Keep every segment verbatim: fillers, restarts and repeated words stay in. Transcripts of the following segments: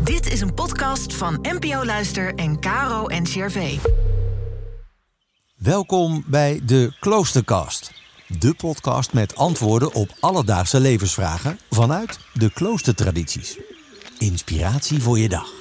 Dit is een podcast van N P O Luister en Caro N C R V. Welkom bij de Kloostercast. De podcast met antwoorden op alledaagse levensvragen vanuit de kloostertradities. Inspiratie voor je dag.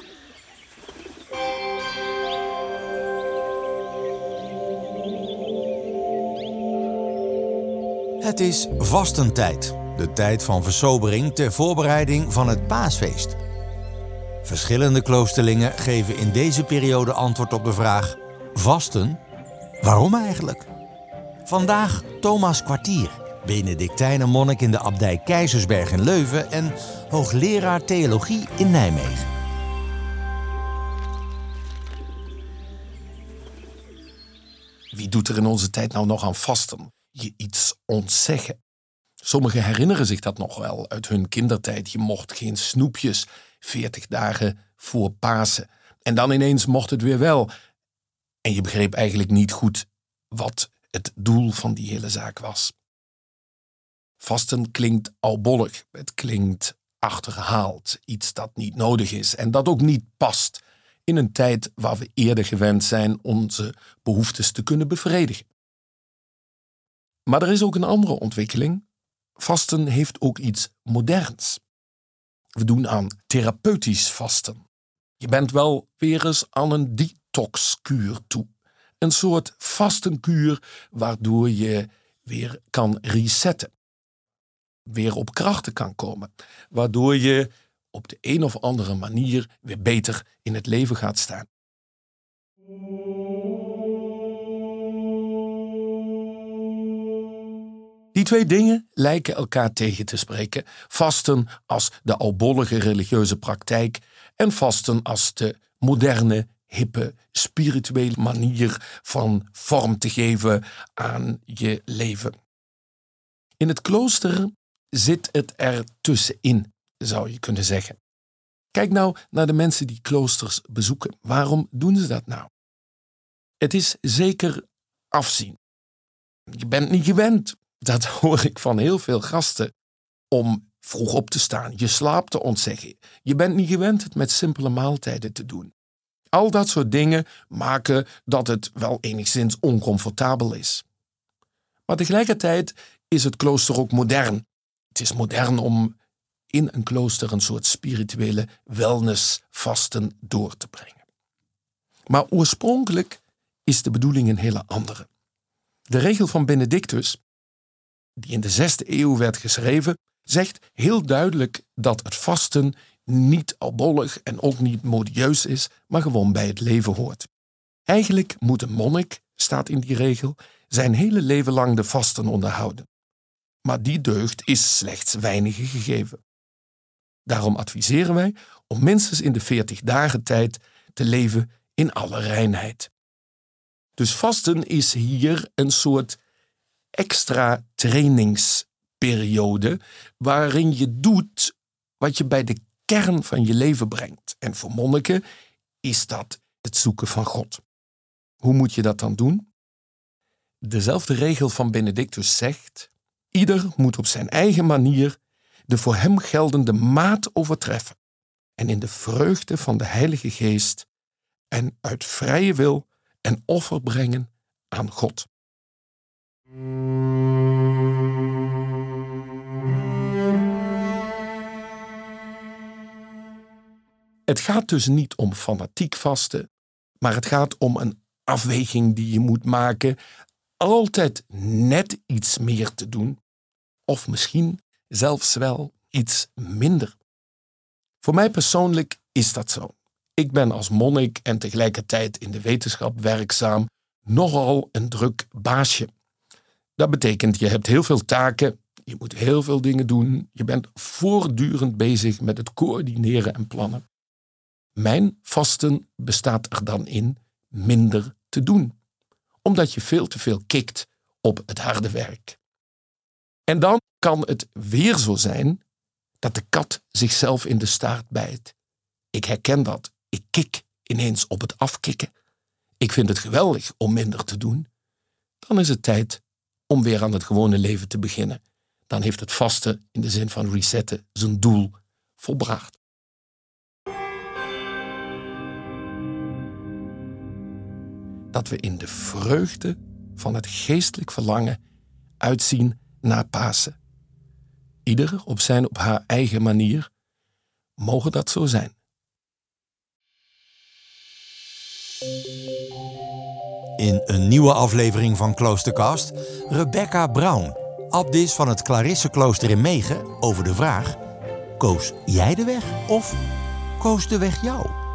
Het is vastentijd. De tijd van versobering ter voorbereiding van het paasfeest. Verschillende kloosterlingen geven in deze periode antwoord op de vraag: vasten? Waarom eigenlijk? Vandaag Thomas Kwartier, Benedictijnenmonnik in de abdij Keizersberg in Leuven en hoogleraar theologie in Nijmegen. Wie doet er in onze tijd nou nog aan vasten? Je iets ontzeggen. Sommigen herinneren zich dat nog wel uit hun kindertijd. Je mocht geen snoepjes veertig dagen voor Pasen. En dan ineens mocht het weer wel. En je begreep eigenlijk niet goed wat het doel van die hele zaak was. Vasten klinkt oudbollig. Het klinkt achterhaald. Iets dat niet nodig is en dat ook niet past in een tijd waar we eerder gewend zijn onze behoeftes te kunnen bevredigen. Maar er is ook een andere ontwikkeling. Vasten heeft ook iets moderns. We doen aan therapeutisch vasten. Je bent wel weer eens aan een detoxkuur toe. Een soort vastenkuur waardoor je weer kan resetten. Weer op krachten kan komen. Waardoor je op de een of andere manier weer beter in het leven gaat staan. Die twee dingen lijken elkaar tegen te spreken. Vasten als de oudbollige religieuze praktijk en vasten als de moderne, hippe, spirituele manier van vorm te geven aan je leven. In het klooster zit het er tussenin, zou je kunnen zeggen. Kijk nou naar de mensen die kloosters bezoeken. Waarom doen ze dat nou? Het is zeker afzien. Je bent niet gewend. Dat hoor ik van heel veel gasten. Om vroeg op te staan, je slaap te ontzeggen. Je bent niet gewend het met simpele maaltijden te doen. Al dat soort dingen maken dat het wel enigszins oncomfortabel is. Maar tegelijkertijd is het klooster ook modern. Het is modern om in een klooster een soort spirituele wellnessvasten door te brengen. Maar oorspronkelijk is de bedoeling een hele andere. De regel van Benedictus, die in de zesde eeuw werd geschreven, zegt heel duidelijk dat het vasten niet albollig en ook niet modieus is, maar gewoon bij het leven hoort. Eigenlijk moet een monnik, staat in die regel, zijn hele leven lang de vasten onderhouden. Maar die deugd is slechts weinige gegeven. Daarom adviseren wij om minstens in de veertig dagen tijd te leven in alle reinheid. Dus vasten is hier een soort extra trainingsperiode waarin je doet wat je bij de kern van je leven brengt. En voor monniken is dat het zoeken van God. Hoe moet je dat dan doen? Dezelfde regel van Benedictus zegt: ieder moet op zijn eigen manier de voor hem geldende maat overtreffen en in de vreugde van de Heilige Geest en uit vrije wil en offer brengen aan God. Het gaat dus niet om fanatiek vasten, maar het gaat om een afweging die je moet maken, altijd net iets meer te doen, of misschien zelfs wel iets minder. Voor mij persoonlijk is dat zo. Ik ben als monnik en tegelijkertijd in de wetenschap werkzaam nogal een druk baasje. Dat betekent, je hebt heel veel taken, je moet heel veel dingen doen, je bent voortdurend bezig met het coördineren en plannen. Mijn vasten bestaat er dan in minder te doen, omdat je veel te veel kikt op het harde werk. En dan kan het weer zo zijn dat de kat zichzelf in de staart bijt. Ik herken dat. Ik kik ineens op het afkikken. Ik vind het geweldig om minder te doen. Dan is het tijd om weer aan het gewone leven te beginnen. Dan heeft het vasten in de zin van resetten zijn doel volbracht. dat we in de vreugde van het geestelijk verlangen uitzien naar Pasen. Ieder op zijn op haar eigen manier mogen dat zo zijn. In een nieuwe aflevering van Kloosterkast, Rebecca Brown, abdis van het Clarisseklooster in Megen, over de vraag: koos jij de weg of koos de weg jou?